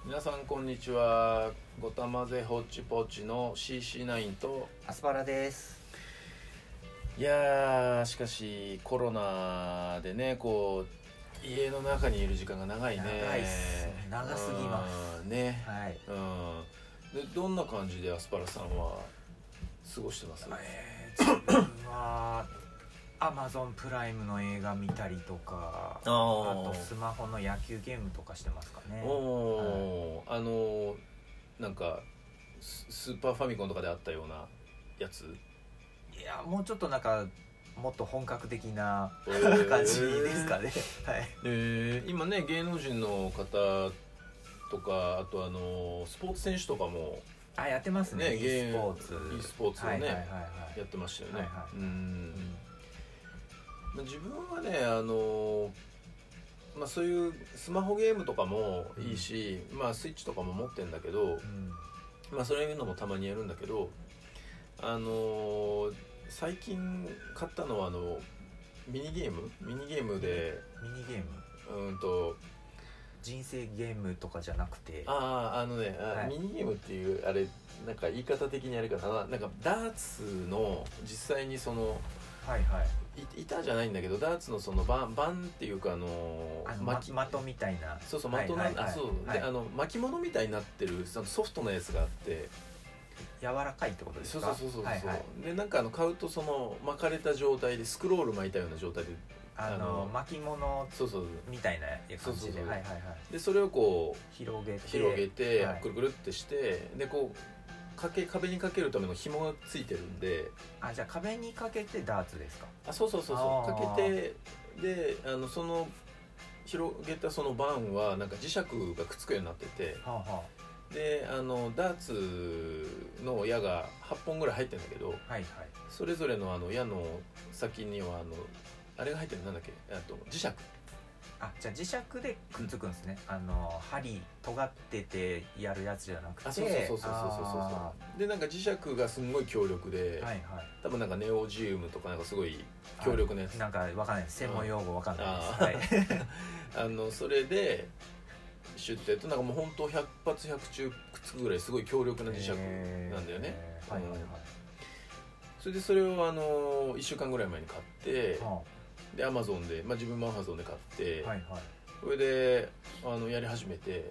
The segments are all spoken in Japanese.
皆さんこんにちは。ごたまぜホッチポッチの CC9 とアスパラです。 いやーしかしコロナでねこう家の中にいる時間が長いね。 長いっす。長すぎますね。 はい。 でどんな感じでアスパラさんは過ごしてます？ 自分はAmazon プライムの映画見たりとか、あとスマホの野球ゲームとかしてますかね。 なんかスーパーファミコンとかであったようなやつ？ いやもうちょっとなんかもっと本格的な感じですかね。はい。 今ね芸能人の方とかあとスポーツ選手とかもやってますね。 e スポーツをねやってましたよね。自分はねそういうスマホゲームとかもいいし、スイッチとかも持ってんだけど、そういうのもたまにやるんだけど最近買ったのはミニゲームで人生ゲームとかじゃなくてミニゲームっていうあれなんか言い方的にあれかな、なんかダーツの実際に板じゃないんだけどダーツのその盤っていうか的みたいなそう的なんだ。で巻物みたいになってるそのソフトなやつがあって柔らかいってことですか？ そうでなんか買うとその巻かれた状態でスクロール巻いたような状態で巻物みたいな感じででそれをこう広げてくるくるってしてでこう壁にかけるための紐がついてるんでじゃあ壁にかけてダーツですか？ そうかけてでその広げたその盤はなんか磁石がくっつくようになってて、でダーツの矢が8本ぐらい入ってるんだけど、それぞれの矢の先にはあれが入ってるなんだっけ磁石。 じゃあ磁石でくっつくんですね。針尖っててやるやつじゃなくてそうでなんか磁石がすごい強力で、多分なんかネオジウムとかなんかすごい強力なやつなんかわかんないです。専門用語わかんないです。それでシュッてやるとなんかもう本当100発100中くっつくぐらいすごい強力な磁石なんだよね。それでそれを1週間ぐらい前に買ってで Amazon で、自分も Amazon で買って、それでやり始めて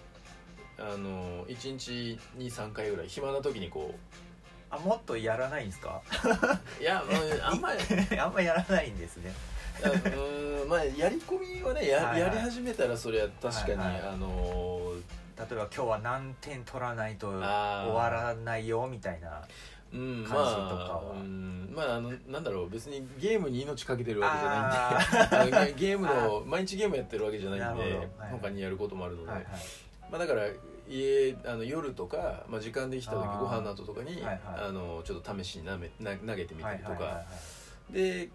1日 2,3 回ぐらい暇な時にこうもっとやらないんですか？ いやあんまやらないんですね。 やり込みはねやり始めたらそれは確かに、 例えば今日は何点取らないと終わらないよみたいな感じとかはなんだろう、別にゲームに命かけてるわけじゃないんでゲームの毎日ゲームやってるわけじゃないんで他にやることもあるので、だから夜とか、時間できた時ご飯の後とかにちょっと試しに投げてみたりとかで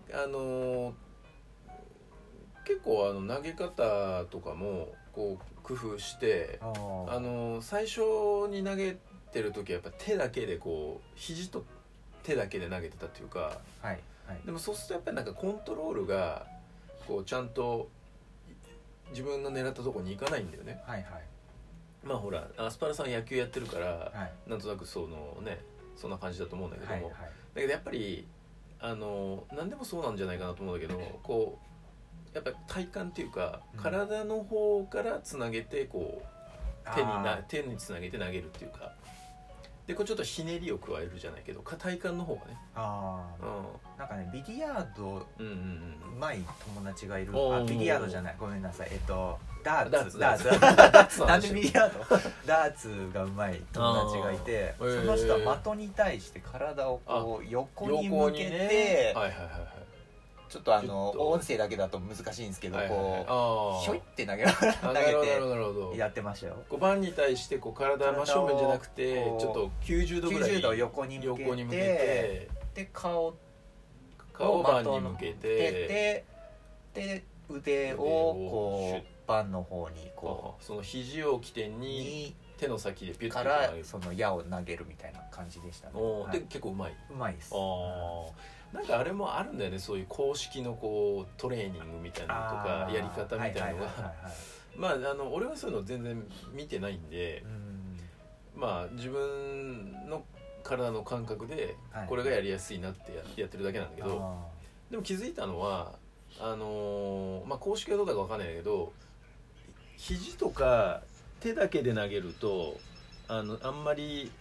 結構投げ方とかもこう工夫して最初に投げてる時はやっぱ手だけでこう肘と手だけで投げてたっていうか、でもそうするとやっぱりなんかコントロールがこうちゃんと自分の狙ったところに行かないんだよね。ほらアスパラさん野球やってるから、なんとなくそんな感じだと思うんだけども、だけどやっぱり何でもそうなんじゃないかなと思うんだけどこうやっぱり体幹っていうか、体の方からつなげてこう手につなげて投げるっていうかでこうちょっとひねりを加えるじゃないけど体幹の方がねなんかねビリヤードうまい友達がいる。ビリヤードじゃない、ごめんなさい、ダーツなんでビリヤードダーツがうまい友達がいて、その人は的に対して体をこう横に向けてちょっと音声だけだと難しいんですけどこうひょいって投げてやってましたよ。 盤に対してこう体真正面じゃなくてちょっと90度ぐらい 90度横に向けてで顔を盤に向けてで腕をこう盤の方にこうその肘を起点に手の先でピュッとからその矢を投げるみたいな感じでしたね。 で結構うまいです。なんかあれもあるんだよね、そういう公式のこうトレーニングみたいなのとかやり方みたいなのがまあ俺はそういうの全然見てないんで、まあ自分の体の感覚でこれがやりやすいなってやってるだけなんだけど、でも気づいたのはまあ公式はどうだか分かんないけど、肘とか手だけで投げるとあんまり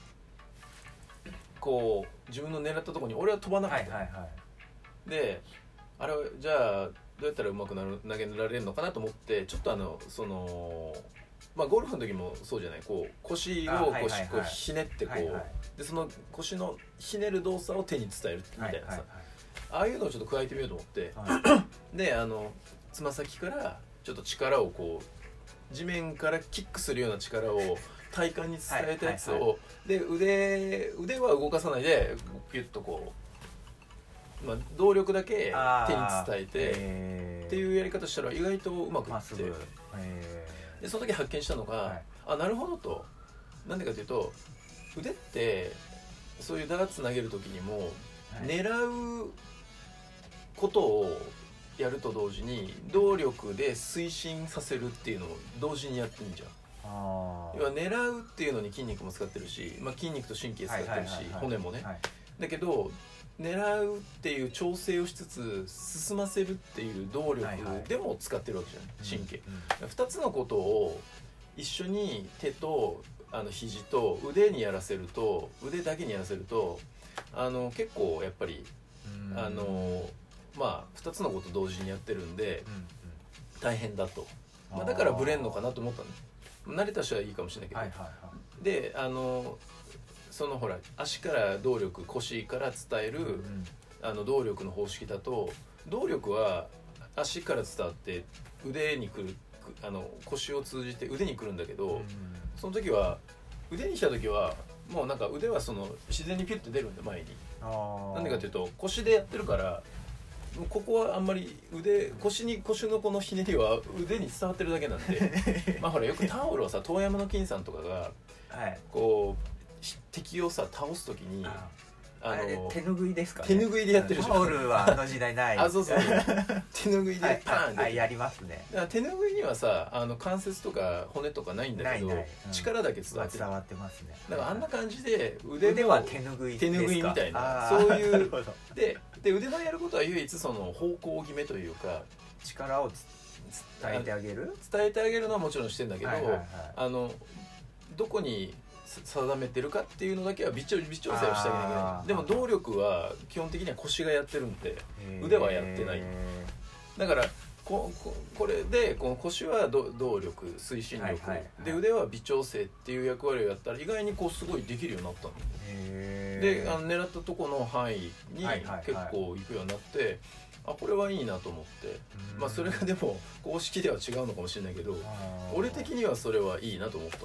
こう自分の狙ったところに俺は飛ばなかった、であれじゃあどうやったらうまく投げられるのかなと思って、ちょっとまあゴルフの時もそうじゃない、こう腰をこうひねってこう、でその腰のひねる動作を手に伝えるみたいなさ、ああいうのをちょっと加えてみようと思って、でつま先からちょっと力をこう地面からキックするような力を体幹に伝えたやつを、で腕は動かさないでピュッとこう、まあ、動力だけ手に伝えてっていうやり方したら意外とうまくいって、でその時発見したのが、なるほどと。なんでかというと腕ってそういうダーツ投げる時にも狙うことをやると同時に動力で推進させるっていうのを同時にやってんじゃん。要は狙うっていうのに筋肉も使ってるし、まあ、筋肉と神経使ってるし、骨もね、だけど狙うっていう調整をしつつ進ませるっていう動力でも使ってるわけじゃない、神経、2つのことを一緒に手と肘と腕にやらせると、腕だけにやらせると結構やっぱりまあ2つのこと同時にやってるんで大変だと、まあ、だからブレんのかなと思ったの。慣れた人はいいかもしれないけど、でそのほら足から動力、腰から伝える、動力の方式だと、動力は足から伝わって腕に来る、腰を通じて腕に来るんだけど、その時は腕に来た時はもうなんか腕は自然にピュッて出るんで前に。なんでかというと腰でやってるから、ここはあんまり腰のこのひねりは腕に伝わってるだけなんでまあほらよくタオルをさ、遠山の金さんとかがこう敵をさ倒す時にあれ手ぬぐいですかね。 手ぬぐいでやってるじゃん。 タオルは時代ないあ、そうそう手ぬぐいでパーンってやりますね。 だから手ぬぐいにはさ関節とか骨とかないんだけど、力だけ伝わってる。 伝わってますね。 だからあんな感じで腕は手ぬぐいみたいな、そういうで腕のやることは唯一方向決めというか、 力を伝えてあげるのはもちろんしてんだけど、どこに定めてるかっていうのだけは微調整をしてあげなきゃいけない。でも動力は基本的には腰がやってるんで腕はやってない。だからこれでこの腰は動力、推進力、で腕は微調整っていう役割をやったら意外にすごいできるようになったので、狙ったとこの範囲に結構行くようになって、これはいいなと思って、まあそれがでも公式では違うのかもしれないけど、俺的にはそれはいいなと思った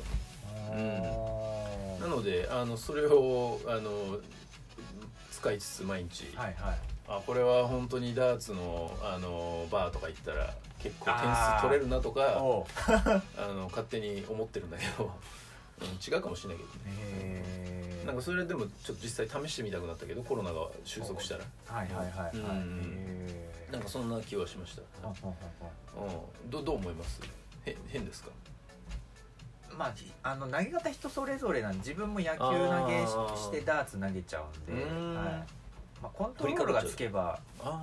の。なのでそれを使いつつ毎日、これは本当にダーツのバーとか行ったら結構点数取れるなとか勝手に思ってるんだけど違うかもしれないけどね。なんかそれでもちょっと実際試してみたくなったけど、コロナが収束したらなんかそんな気はしました。どう思います？変ですか？ まあ投げ方人それぞれなんで、自分も野球投げしてダーツ投げちゃうんで、まあ、コントロールがつけば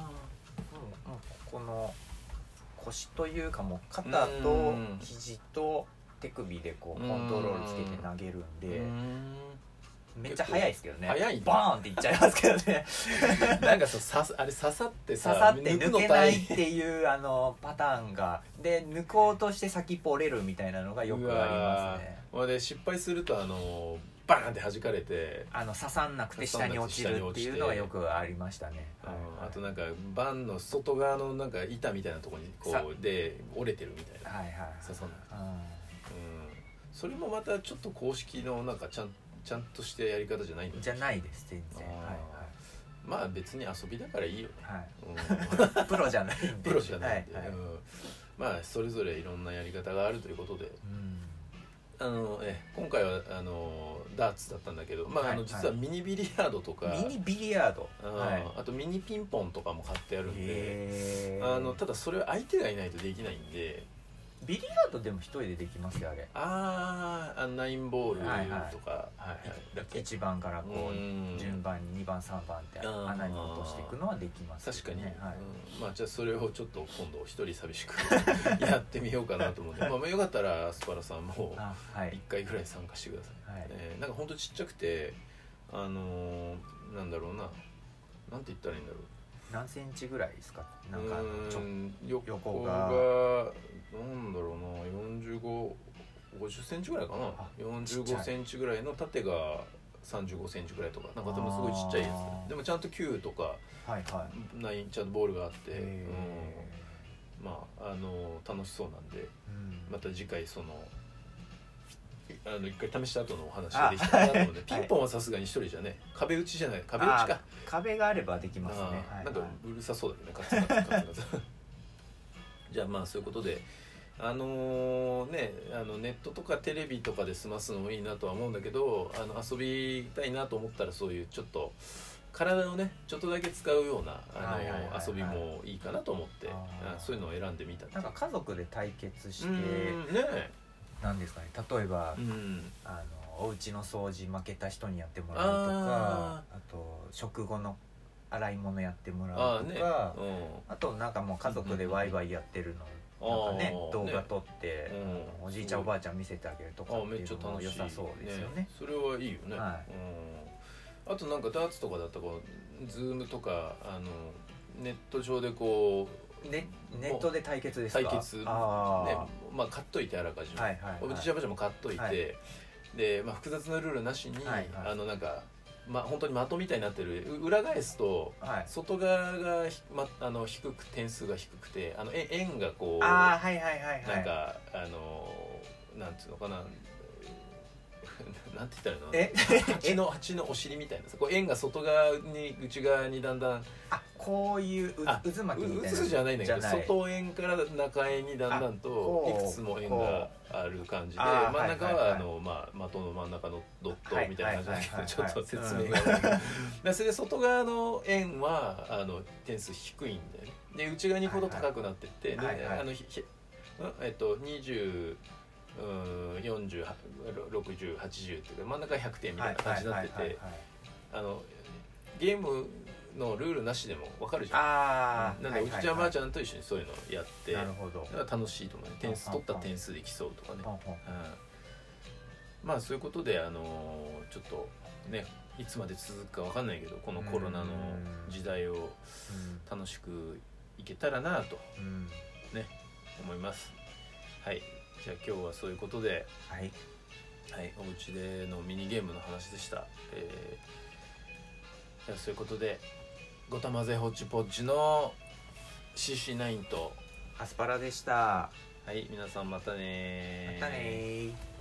この腰というかもう肩と肘と手首でコントロールつけて投げるんで、めっちゃ速いですけどね。 速いバーンっていっちゃいますけどねなんかあれ刺さって抜けないっていうパターンがで、抜こうとして先ポレるみたいなのがよくありますね。 で失敗するとバーンって弾かれて刺さんなくて下に落ちるっていうのがよくありましたね。 あとなんかバンの外側のなんか板みたいなところにで折れてるみたいな、刺さんなくて、それもまたちょっと公式のなんかちゃんとしたやり方じゃないんだじゃないです全然。 まあ別に遊びだからいいよね。 プロじゃないんでまあそれぞれいろんなやり方があるということで、今回はダーツだったんだけど、まあ実はミニビリヤードとかあとミニピンポンとかも買ってあるんで、ただそれは相手がいないとできないんで、 ビリヤードでも一人でできますよあれ。 ナインボールとか、はい 1番からこう順番に2番3番って穴に落としていくのはできますね。 確かに、まあじゃあそれをちょっと今度一人寂しくやってみようかなと思ってまあよかったらアスパラさんも1回ぐらい参加してください。なんかほんとちっちゃくてなんだろうな、なんて言ったらいいんだろう、 何センチぐらいですか。なんか横がなんだろうな、50センチぐらいかな。45センチぐらいの、縦が35センチぐらいとか、なんかでもすごいちっちゃいやつでもちゃんと9とか9ちゃんとボールがあって、まあ楽しそうなんで、また次回その一回試した後のお話ができたらなと思ってピンポンはさすがに一人じゃね、壁打ちじゃない、壁打ちか、 壁があればできますね。 なんかうるさそうだけどね、カツカツカツカツじゃあまあそういうことでネットとかテレビとかで済ますのもいいなとは思うんだけど、遊びたいなと思ったらそういうちょっと体をねちょっとだけ使うような遊びもいいかなと思って、そういうのを選んでみた。 なんか家族で対決してなんですかね、例えば、お家の掃除負けた人にやってもらうとか、あと食後の洗い物やってもらうとか、あとなんかもう家族でワイワイやってるのなんかね動画撮って、おじいちゃんおばあちゃん見せてあげるとかっていうのも良さそうですよね。 それはいいよね。あとなんかダーツとかだったらズームとかネット上でこうネットで対決ですか。 対決ね、まあ買っといてあらかじめ、おじいちゃんおばあちゃんも買っといて、でまあ複雑なルールなしになんか本当に的みたいになってる、裏返すと外側が低く点数が低くて円がこうなんかなんつうのかななんて言ったらいいの、蜂のお尻みたいなこう円が外側に内側にだんだんこういう渦巻きみたいな、 渦じゃないんだけど外円から中円にだんだんといくつも円がある感じで、真ん中は的の真ん中のドットみたいな感じだけど、ちょっと説明が悪いけどそれで外側の円は点数低いんだよね。で内側に行くほど高くなってって20、40、60、80っていうか真ん中が100点みたいな感じになってて、ゲームのルールなしでも分かるじゃん。なんでおじいちゃんおばあちゃんと一緒にそういうのをやって、だから楽しいと思うね。点数取った点数で競うとかね。まあそういうことでちょっとねいつまで続くか分かんないけど、このコロナの時代を楽しくいけたらなとね思います。はい、じゃあ今日はそういうことで、お家でのミニゲームの話でした。じゃあそういうことでごたまぜホッチポッチの CC9 とアスパラでした。 はい、皆さんまたね。 またね。